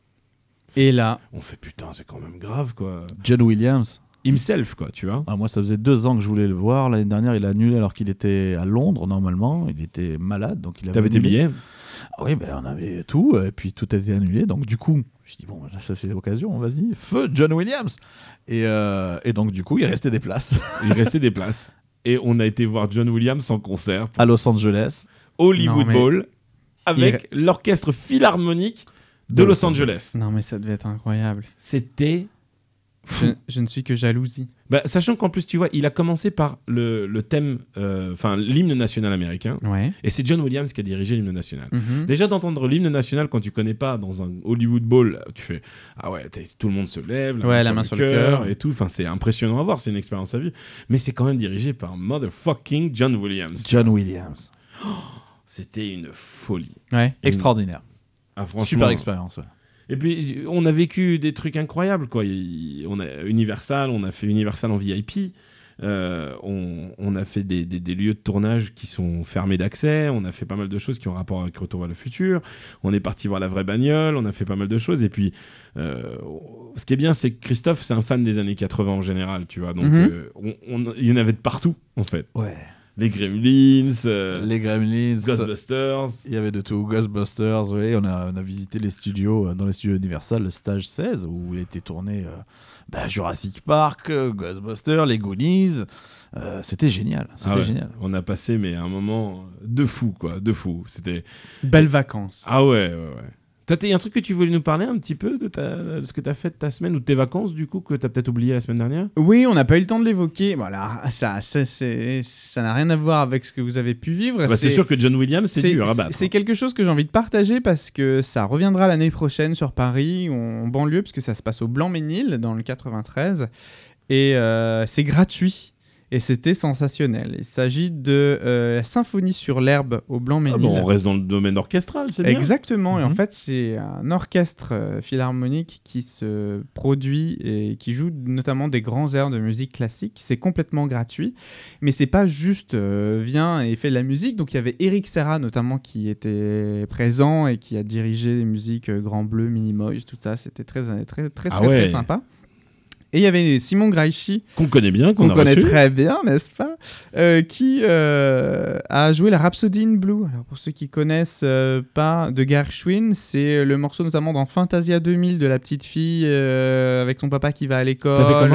Et là, on fait putain, c'est quand même grave, quoi. John Williams. Himself, quoi, tu vois. Ah, moi, ça faisait deux ans que je voulais le voir. L'année dernière, il a annulé alors qu'il était à Londres, normalement. Il était malade, donc il avait T'avais tes annulé. billets? Ah oui, ben, on avait tout, et puis tout a été annulé. Donc, du coup, je dis, bon, ça, c'est l'occasion, vas-y, feu John Williams. Et, euh, et donc, du coup, il restait des places. Il restait des places. Et on a été voir John Williams en concert. À Los Angeles. Hollywood Non, mais... Bowl, avec il... l'orchestre philharmonique de, de Los Angeles. Non, mais ça devait être incroyable. C'était fou. Je, je ne suis que jalousie. Bah, sachant qu'en plus, tu vois, il a commencé par le, le thème, enfin, euh, l'hymne national américain. Ouais. Et c'est John Williams qui a dirigé l'hymne national. Mm-hmm. Déjà, d'entendre l'hymne national quand tu connais pas dans un Hollywood Bowl, tu fais ah ouais, tout le monde se lève, la ouais, main, la sur, main le sur le cœur cœur et tout. Enfin, c'est impressionnant à voir, c'est une expérience à vivre. Mais c'est quand même dirigé par motherfucking John Williams. John Williams. Oh, c'était une folie. Ouais. Extraordinaire. Ah, franchement, super expérience. Ouais. Et puis, on a vécu des trucs incroyables, quoi. On a Universal, on a fait Universal en V I P. Euh, on, on a fait des, des, des lieux de tournage qui sont fermés d'accès. On a fait pas mal de choses qui ont rapport avec Retour vers le futur. On est parti voir la vraie bagnole. On a fait pas mal de choses. Et puis, euh, ce qui est bien, c'est que Christophe, c'est un fan des années quatre-vingts en général, tu vois. Donc, mm-hmm. euh, on, on, il y en avait de partout, en fait. Ouais. Les Gremlins, euh, les Gremlins, Ghostbusters. Il y avait de tout. Ghostbusters, oui. On a, on a visité les studios, dans les studios Universal, le stage seize, où il a été tourné euh, bah, Jurassic Park, Ghostbusters, les Goonies. Euh, c'était génial. C'était ah ouais. génial. On a passé mais un moment de fou, quoi. De fou. C'était... Belles vacances. Ah ouais, ouais, ouais. Toi, il y a un truc que tu voulais nous parler un petit peu de, ta, de ce que tu as fait de ta semaine ou de tes vacances, du coup, que tu as peut-être oublié la semaine dernière? Oui, on n'a pas eu le temps de l'évoquer. Voilà, ça ça, c'est, ça n'a rien à voir avec ce que vous avez pu vivre. Bah, c'est... c'est sûr que John Williams, c'est, c'est dur à battre. C'est quelque chose que j'ai envie de partager parce que ça reviendra l'année prochaine sur Paris, en banlieue, parce que ça se passe au Blanc-Ménil, dans le quatre-vingt-treize. Et euh, c'est gratuit. Et c'était sensationnel. Il s'agit de euh, la symphonie sur l'herbe au Blanc-Ménil. Ah bon, on reste dans le domaine orchestral, c'est bien. Exactement. Mm-hmm. Et en fait, c'est un orchestre euh, philharmonique qui se produit et qui joue notamment des grands airs de musique classique. C'est complètement gratuit. Mais c'est pas juste euh, viens et fais de la musique. Donc il y avait Eric Serra notamment qui était présent et qui a dirigé les musiques euh, Grand Bleu, Minimoys, tout ça. C'était très, très, très, très, ah très, ouais. très sympa. Et il y avait Simon Graichy, qu'on connaît bien, qu'on, qu'on a connaît reçu. très bien, n'est-ce pas, euh, qui euh, a joué la Rhapsody in Blue. Alors pour ceux qui connaissent euh, pas de Gershwin, c'est le morceau notamment dans Fantasia deux mille de la petite fille euh, avec son papa qui va à l'école. Ça fait comment ?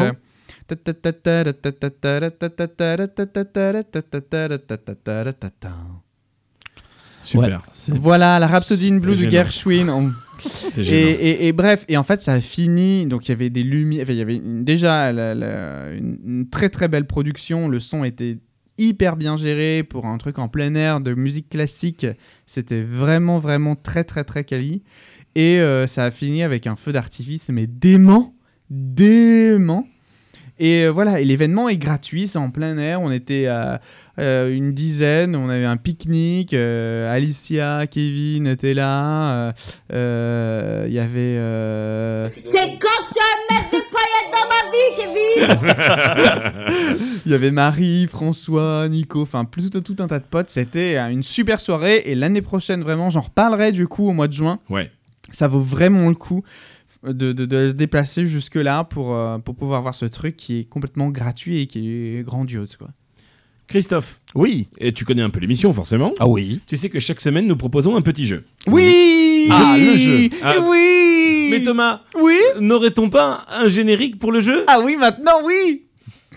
Super. Ouais, c'est- Voilà, la Rhapsody in Blue c'est de gênant. Gershwin. On- C'est Et, gênant. et- et bref, et en fait, ça a fini. Donc, il y avait des lumières. Enfin, il y avait une- déjà la- la- une, une très très belle production. Le son était hyper bien géré pour un truc en plein air de musique classique. C'était vraiment vraiment très très très quali. Et euh, ça a fini avec un feu d'artifice, mais dément, dément. Et euh, voilà, et l'événement est gratuit, c'est en plein air. On était à euh, une dizaine, on avait un pique-nique. euh, Alicia, Kevin étaient là. Il euh, euh, y avait. euh, C'est quand tu vas mettre des paillettes dans ma vie, Kevin. Il y avait Marie, François, Nico, enfin plus tout, tout un tas de potes. C'était euh, une super soirée. Et l'année prochaine, vraiment, j'en reparlerai du coup au mois de juin. Ouais. Ça vaut vraiment le coup de, de, de se déplacer jusque-là pour, euh, pour pouvoir voir ce truc qui est complètement gratuit et qui est grandiose, quoi. Christophe, Oui. et tu connais un peu l'émission forcément. Ah oui. Tu sais que chaque semaine nous proposons un petit jeu. Oui Ah, le jeu. Ah. Oui Mais Thomas, Oui n'aurait-on pas un générique pour le jeu? Ah oui, maintenant, oui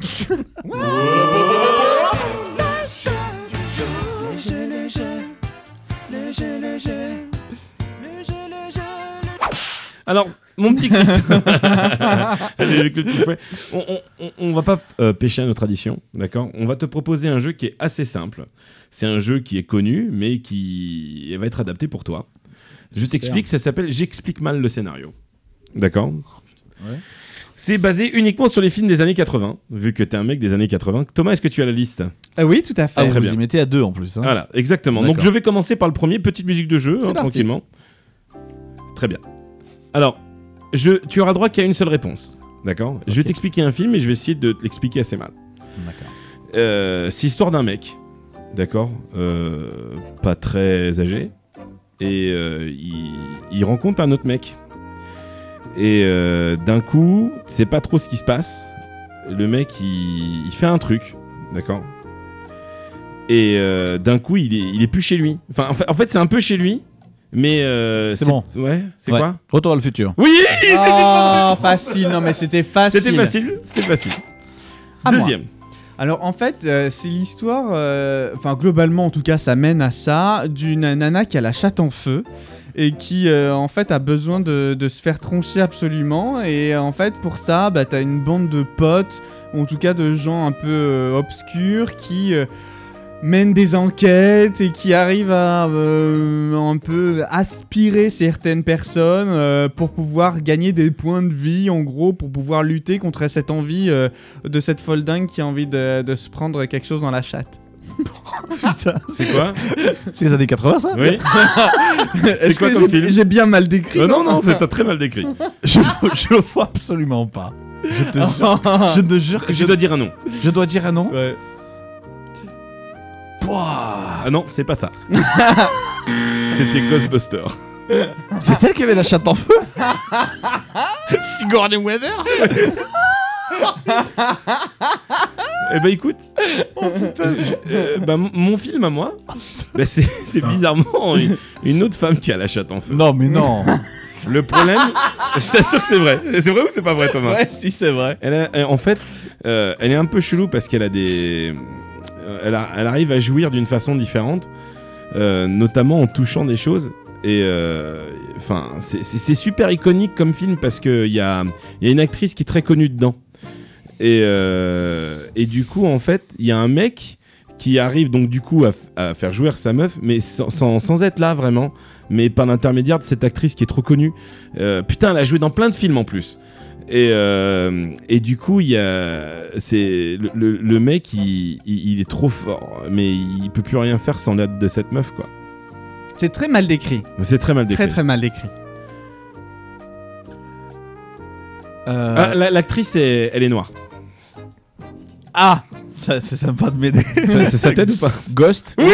Alors, mon petit Christophe, avec le petit fouet, on, on, on- on va pas euh, pêcher à nos traditions, d'accord? On va te proposer un jeu qui est assez simple. C'est un jeu qui est connu, mais qui va être adapté pour toi. Je t'explique, ça s'appelle J'explique mal le scénario. D'accord? Ouais. C'est basé uniquement sur les films des années quatre-vingts, vu que t'es un mec des années quatre-vingts. Thomas, est-ce que tu as la liste? Ah oui, tout à fait. Ah, très vous bien. y mettez à deux en plus. Hein. Voilà, exactement. Donc D'accord. je vais commencer par le premier, petite musique de jeu, hein, parti. tranquillement. Très bien. Alors, je, tu auras droit qu'à une seule réponse. D'accord? Je vais Ok. t'expliquer un film et je vais essayer de te l'expliquer assez mal. D'accord. Euh, c'est l'histoire d'un mec, d'accord? Euh, pas très âgé. Et euh, il, il rencontre un autre mec. Et euh, d'un coup, tu sais pas trop ce qui se passe. Le mec, il, il fait un truc, d'accord? Et euh, d'un coup, il est, il est plus chez lui. Enfin, en fait, en fait, c'est un peu chez lui, mais euh, C'est bon. Ouais, c'est Ouais. quoi? Retour à le futur. Oui, c'était Oh, facile, non mais c'était facile. C'était facile, c'était facile. À moi. Deuxième. Alors en fait, euh, c'est l'histoire, euh, enfin globalement en tout cas, ça mène à ça, d'une nana qui a la chatte en feu et qui euh, en fait a besoin de, de se faire troncher absolument. Et en fait pour ça, bah, t'as une bande de potes, ou en tout cas de gens un peu euh, obscurs qui euh, mènent des enquêtes et qui arrivent à euh, un peu aspirer certaines personnes euh, pour pouvoir gagner des points de vie, en gros, pour pouvoir lutter contre cette envie euh, de cette folle dingue qui a envie de, de se prendre quelque chose dans la chatte. Putain. C'est quoi? C'est les années quatre-vingts ça? Oui. Est-ce quoi que comme j'ai- film J'ai bien mal décrit. Euh, non, non, c'est t'as très mal décrit. je, je le vois absolument pas. Je te jure, je te jure que Je je, dois dire un nom. je dois dire un nom. Ouais. Pouah. Ah non, c'est pas ça. C'était Ghostbuster. C'est elle qui avait la chatte en feu. Sigourney Weaver. Eh ben écoute, je- je- euh, bah, mon- mon film à moi, bah, c'est c'est bizarrement une, une autre femme qui a la chatte en feu. Non mais non. Le problème, je t'assure que c'est vrai. C'est vrai ou c'est pas vrai, Thomas? Ouais, si c'est vrai. Elle a- elle- en fait, euh, elle est un peu chelou parce qu'elle a des, euh, elle, a- elle arrive à jouir d'une façon différente, euh, notamment en touchant des choses. Et enfin, c'est- c'est c'est super iconique comme film parce que il y a, il y a une actrice qui est très connue dedans. Et, euh, et du coup, en fait, il y a un mec qui arrive donc du coup à, f- à faire jouer sa meuf, mais sans, sans, sans être là vraiment, mais par l'intermédiaire de cette actrice qui est trop connue. Euh, putain, elle a joué dans plein de films en plus. Et, euh, et du coup, il y a, c'est le, le- le mec, il, il, il est trop fort, mais il peut plus rien faire sans l'aide de cette meuf, quoi. C'est très mal décrit. C'est très mal décrit. Très très mal décrit. Euh, Ah, la- l'actrice, est- elle est noire. ah, ça, c'est sympa de m'aider. ça, ça, ça t'aide ou pas? Ghost. Oui.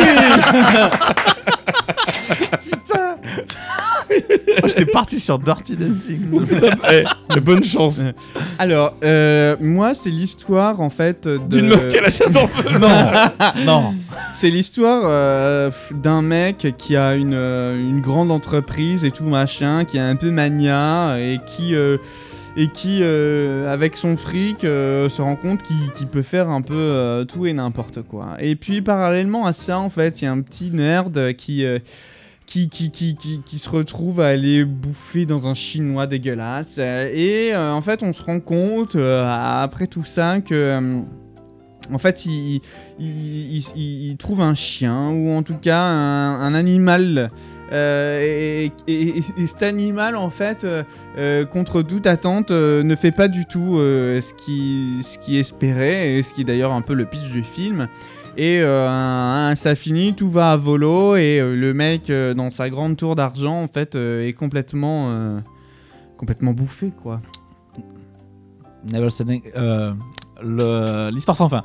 Putain. Moi, j'étais parti sur Dirty Dancing. Eh, bonne chance. Alors, euh, moi, c'est l'histoire en fait de. D'une meuf qui a la chatte en feu. Non, non. C'est l'histoire euh, d'un mec qui a une, euh, une grande entreprise et tout machin, qui est un peu mania et qui, euh, et qui, euh, avec son fric, euh, se rend compte qu'il, qu'il peut faire un peu euh, tout et n'importe quoi. Et puis parallèlement à ça, en fait, il y a un petit nerd qui, euh, qui, qui, qui, qui, qui se retrouve à aller bouffer dans un chinois dégueulasse. Euh, et euh, en fait, on se rend compte, euh, après tout ça, que... Euh, en fait, il, il, il, il, il trouve un chien, ou en tout cas un, un animal. Euh, et, et, et, et cet animal, en fait, euh, euh, contre toute attente, euh, ne fait pas du tout euh, ce qu'il ce qui espérait, et ce qui est d'ailleurs un peu le pitch du film. Et euh, un, un, ça finit, tout va à volo, et euh, le mec, euh, dans sa grande tour d'argent, en fait, euh, est complètement, euh, complètement bouffé, quoi. Never Sending... Euh, le... L'histoire sans fin.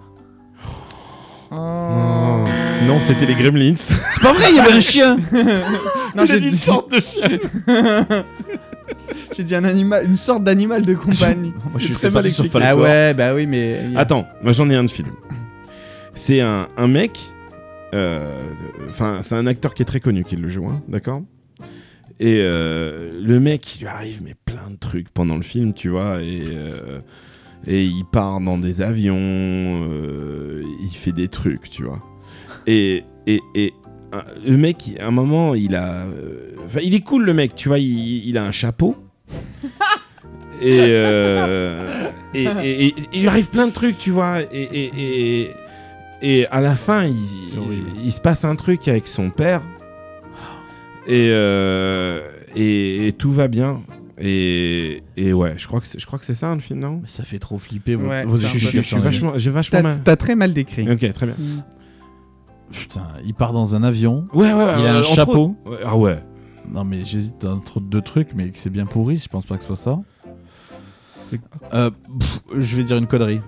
Oh. Non, c'était les Gremlins. C'est pas vrai, il y avait un chien. Non, j'ai dit une sorte de chien. J'ai dit un animal, une sorte d'animal de compagnie. Moi, je C'est suis très pas mal sur expliqué. Falcor. Ah ouais, bah oui, mais... il y a- Attends, moi j'en ai un de film. C'est un, un mec, enfin euh, c'est un acteur qui est très connu qui le joue, hein, d'accord. Et euh, le mec, il lui arrive mais plein de trucs pendant le film, tu vois, et euh, et il part dans des avions, euh, il fait des trucs, tu vois. Et et et euh, le mec, à un moment, il a, enfin, euh, il est cool le mec, tu vois, il, il a un chapeau. Et, euh, et, et, et il lui arrive plein de trucs, tu vois, et, et, et, et à la fin, il, il, il se passe un truc avec son père, et, euh, et, et tout va bien. Et, et ouais, je crois que c'est, je crois que c'est ça le film, non? Mais ça fait trop flipper. Vos, Ouais, vos c'est un peu explications. Je suis vachement, j'ai vachement T'as, mal. t'as très mal décrit. Ok, très bien. Mm. Putain, il part dans un avion. Ouais, ouais. Il a un entre chapeau. autres- ouais, ah ouais. Non, mais j'hésite entre deux trucs, mais que c'est bien pourri. Je pense pas que ce soit ça. C'est- Euh, pff, je vais dire une connerie.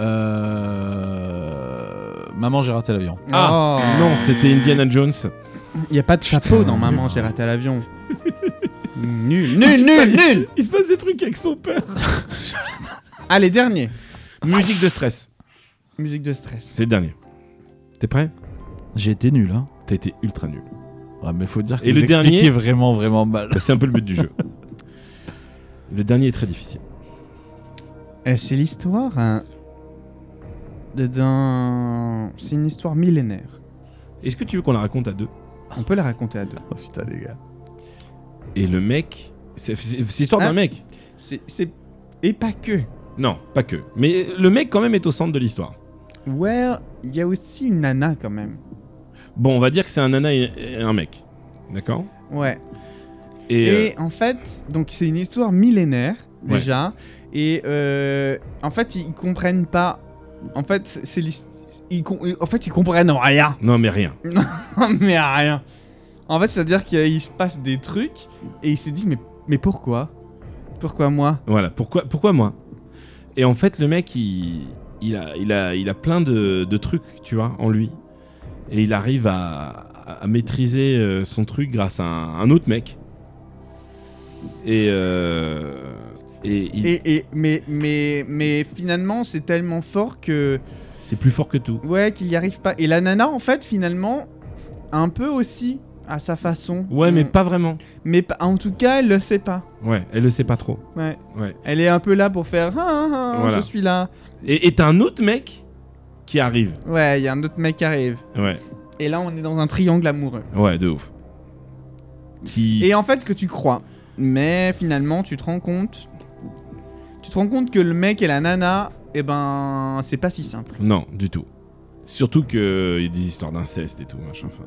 Euh... Maman, j'ai raté l'avion. Ah Oh. non, c'était Indiana Jones. Il y a pas de chapeau Putain. dans Maman, j'ai raté l'avion. Nul, nul, nul, nul. Il se passe des trucs avec son père. Allez, dernier. Musique de stress. Musique de stress. C'est le dernier. T'es prêt? J'ai été nul, hein. T'as été ultra nul. Ouais, mais faut dire que Et vous le dernier expliquez vraiment, vraiment mal. Bah, c'est un peu le but du jeu. Le dernier est très difficile. Euh, c'est l'histoire hein, de- d'un... C'est une histoire millénaire. Est-ce que tu veux qu'on la raconte à deux? On peut la raconter à deux. Oh putain, les gars. Et le mec, c'est, c'est, c'est l'histoire Hein? d'un mec. C'est, c'est... Et pas que. Non, pas que. Mais le mec quand même est au centre de l'histoire. Ouais, il y a aussi une nana quand même. Bon, on va dire que c'est un nana et et un mec. D'accord? Ouais. Et, Et en fait, donc c'est une histoire millénaire Ouais. déjà. Et euh, en fait, ils comprennent pas. En fait, c'est l'hist- ils com- en fait, ils comprennent rien. euh, non, mais rien. Mais rien. En fait, c'est-à-dire qu'il se passe des trucs et il se dit mais mais pourquoi? Pourquoi moi? Voilà. Pourquoi, pourquoi moi? Et en fait, le mec, il, il, a, il, a, il a plein de, de trucs, tu vois, en lui. Et il arrive à, à maîtriser euh, son truc grâce à un, un autre mec. Et, euh, et, il- Et, et mais mais mais finalement, c'est tellement fort que c'est plus fort que tout. ouais, qu'il y arrive pas. Et la nana, en fait, finalement, un peu aussi à sa façon. Ouais, mais Mm. pas vraiment. Mais pas- en tout cas, elle le sait pas. Ouais, elle le sait pas trop. Ouais. Ouais. Elle est un peu là pour faire ah, ah, ah, Voilà. je suis là. Et et t'as un autre mec qui arrive. Ouais, il y a un autre mec qui arrive. Ouais, Et là, on est dans un triangle amoureux. ouais, de ouf. Qui... Et en fait, que tu crois. Mais finalement, tu te rends compte. Tu te rends compte que le mec et la nana, eh ben, c'est pas si simple. Non, du tout. Surtout qu'il y a des histoires d'inceste et tout, machin. Enfin,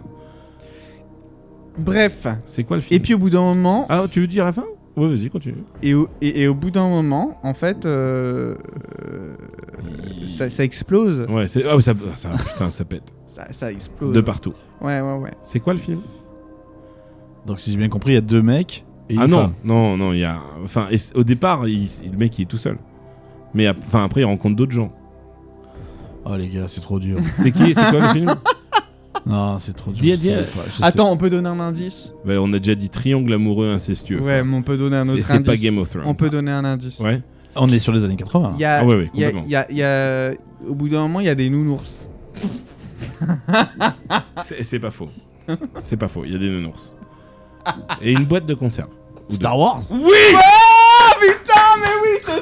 Bref. c'est quoi le film? Et puis au bout d'un moment, Ah, tu veux dire la fin? Ouais, vas-y, continue. et au, et, et au bout d'un moment, en fait, euh, euh, ça, ça explose. Ouais, c'est... Ah, ça, ça, putain, ça pète. Ça, ça explose. De partout. Ouais, ouais, ouais. C'est quoi le film? Donc, si j'ai bien compris, il y a deux mecs et Ah une non, femme. non, non, il y a... Enfin, et c- au départ, il- le mec, il est tout seul. Mais ap- enfin, après, il rencontre d'autres gens. Oh, les gars, c'est trop dur. C'est qui? C'est quoi le film? Non, c'est trop dur. Dis- je dis- sais pas, je sais- Attends, on peut donner un indice? Bah, on a déjà dit triangle amoureux incestueux. Ouais, mais on peut donner un autre C'est, c'est indice. pas Game of Thrones. On peut donner un indice. Ouais. On est sur les années quatre-vingts. Il y a, Ah ouais, ouais, il y a- complètement. il y a- il y a- au bout d'un moment, il y a des nounours. C'est, c'est pas faux. C'est pas faux, il y a des nounours. Et une boîte de conserve. Ou Star Wars. deux. Oui! Oh putain, mais oui, c'est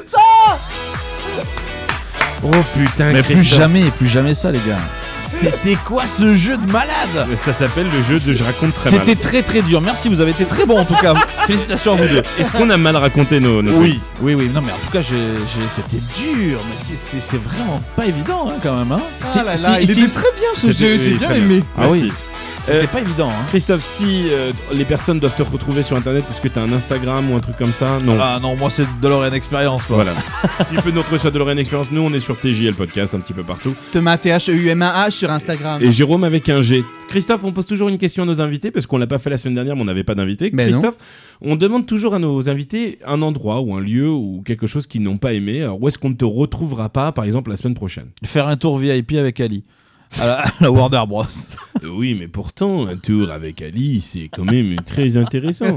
Oh putain, Mais plus Christophe. jamais, plus jamais ça, les gars. C'était quoi ce jeu de malade? Ça s'appelle le jeu de je raconte très mal. C'était très très dur. Merci, vous avez été très bon en tout cas. Félicitations à vous deux. Est-ce qu'on a mal raconté nos, nos Oui, oui, oui. Non, mais en tout cas, j'ai, j'ai- c'était dur. Mais c'est, c'est, c'est vraiment pas évident hein, quand même. Hein. Ah C'est- là si- là, il si- était très bien ce C'était- jeu, j'ai oui, bien très aimé. Ah oui. Merci. C'était Euh, pas évident. Hein. Christophe, si euh, les personnes doivent te retrouver sur internet, est-ce que tu as un Instagram ou un truc comme ça? Non. Ah non, moi c'est DeLorean Experience. Quoi. Voilà. Tu peux nous retrouver sur DeLorean Experience. Nous, on est sur T J L Podcast un petit peu partout. Thomas T H E U M A H sur Instagram. Et Jérôme avec un G. Christophe, on pose toujours une question à nos invités parce qu'on l'a pas fait la semaine dernière, mais on n'avait pas d'invité. Ben Christophe, on demande toujours à nos invités un endroit ou un lieu ou quelque chose qu'ils n'ont pas aimé. Alors, où est-ce qu'on ne te retrouvera pas, par exemple, la semaine prochaine? Faire un tour V I P avec Ali. À la, à la Warner Bros. Euh, Oui, mais pourtant, un tour avec Ali, c'est quand même très intéressant.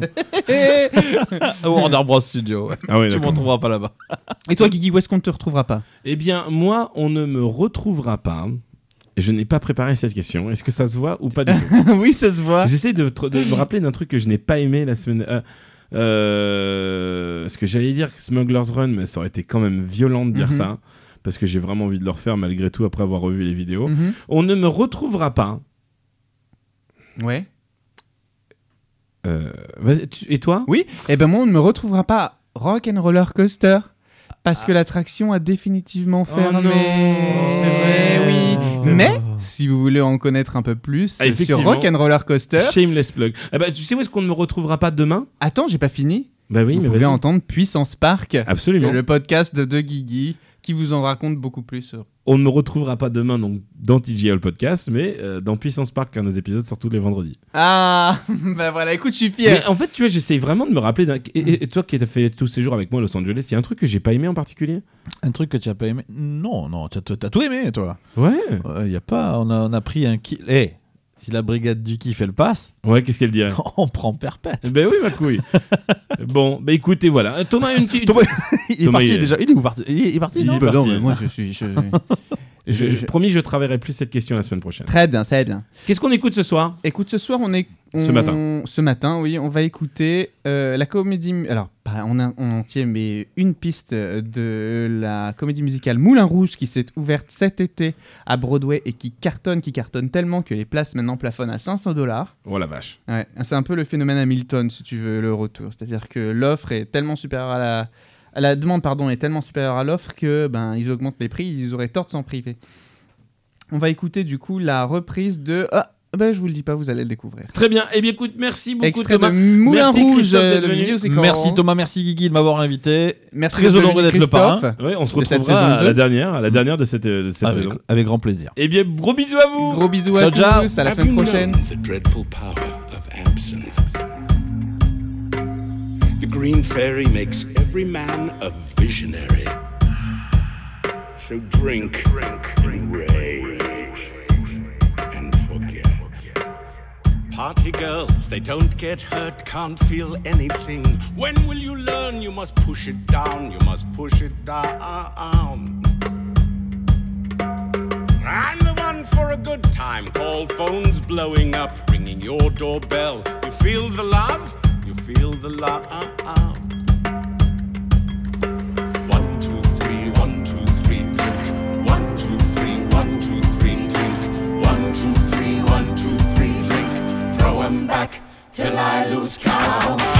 À Warner Bros Studio. Ouais. Ah ouais, Tu d'accord. m'en trouveras pas là-bas. Et toi, Guigui, où est-ce qu'on ne te retrouvera pas? Eh bien, moi, on ne me retrouvera pas. Je n'ai pas préparé cette question. Est-ce que ça se voit ou pas du tout? Oui, ça se voit. J'essaie de, tr- de me rappeler d'un truc que je n'ai pas aimé la semaine. Euh, euh, ce que j'allais dire Smuggler's Run, mais ça aurait été quand même violent de dire Mhm. ça. Parce que j'ai vraiment envie de le refaire malgré tout après avoir revu les vidéos. Mhm. On ne me retrouvera pas. Ouais. Euh, vas-y, tu- et toi? Oui, et ben moi, on ne me retrouvera pas à Rock and Roller Coaster. Parce que l'attraction a définitivement Oh fermé. non, c'est vrai, oui. c'est Mais vrai. si vous voulez en connaître un peu plus Ah, sur effectivement. Rock and Roller Coaster, Shameless plug. Ah bah, tu sais où est-ce qu'on ne me retrouvera pas demain? attends, j'ai pas fini. Bah oui, vous mais pouvez vas-y. entendre Puissance Park, Absolument. le podcast de, de Guigui, qui vous en raconte beaucoup plus. sur- On ne me retrouvera pas demain donc, dans T J L Podcast, mais euh, dans Puissance Park, car nos épisodes sortent tous les vendredis. Ah, bah voilà, écoute, je suis fier. Mais en fait, tu vois, j'essaye vraiment de me rappeler. d'un- Et, et- et toi qui as fait tous ces jours avec moi à Los Angeles, il y a un truc que j'ai pas aimé en particulier? Un truc que tu as pas aimé? Non, non, t'as, t'as tout aimé, toi. Ouais. Il y a pas, on a, on a pris un kill. Eh, si la brigade du kiff elle passe, Ouais, qu'est-ce qu'elle dirait? on prend perpète. Ben oui, ma couille. Bon, bah écoutez, voilà. Euh, Thomas, une petite. Thomas, il est Thomas, parti il est- déjà. Il est où parti? Il est, il est parti, Il non est parti. non, mais moi, je suis. je- Je, je- je- promis, je travaillerai plus cette question la semaine prochaine. Très bien, très bien. Qu'est-ce qu'on écoute ce soir? Écoute, ce soir, on est. Ce on- matin. Ce matin, oui, on va écouter euh, la comédie. mu- Alors, pas en, un- en entier, mais une piste de la comédie musicale Moulin Rouge qui s'est ouverte cet été à Broadway et qui cartonne, qui cartonne tellement que les places maintenant plafonnent à cinq cents dollars. Oh la vache. Ouais, c'est un peu le phénomène Hamilton, si tu veux, le retour. C'est-à-dire que l'offre est tellement supérieure à la. à la demande, pardon, est tellement supérieure à l'offre que ben ils augmentent les prix, ils auraient tort de s'en priver. On va écouter du coup la reprise de. Ah, ben je vous le dis pas, vous allez le découvrir. Très bien. Eh bien, écoute, merci beaucoup, Extrait Thomas. de Moulin Merci, Rouge, Christophe, euh, d'être le venu. musical. Merci Thomas, merci Guigui de m'avoir invité. Merci Très honoré d'être le parrain. Christophe. Ouais, on se De cette retrouvera saison à deux. la dernière, à la dernière de cette, de cette Avec, saison. avec grand plaisir. Eh bien, gros bisous à vous. Gros bisous Ciao, à ciao. tous, à la Have semaine you prochaine. known the dreadful power of absinthe? The green fairy makes every man a visionary. So drink, and rage, and forget. Party girls, they don't get hurt, can't feel anything. When will you learn? You must push it down, you must push it down. I'm the one for a good time. Call phones blowing up, ringing your doorbell. You feel the love? You feel the love? One, two, three, one, two, three, drink. One, two, three, one, two, three, drink. One, two, three, one, two, three, drink. Throw 'em back till I lose count.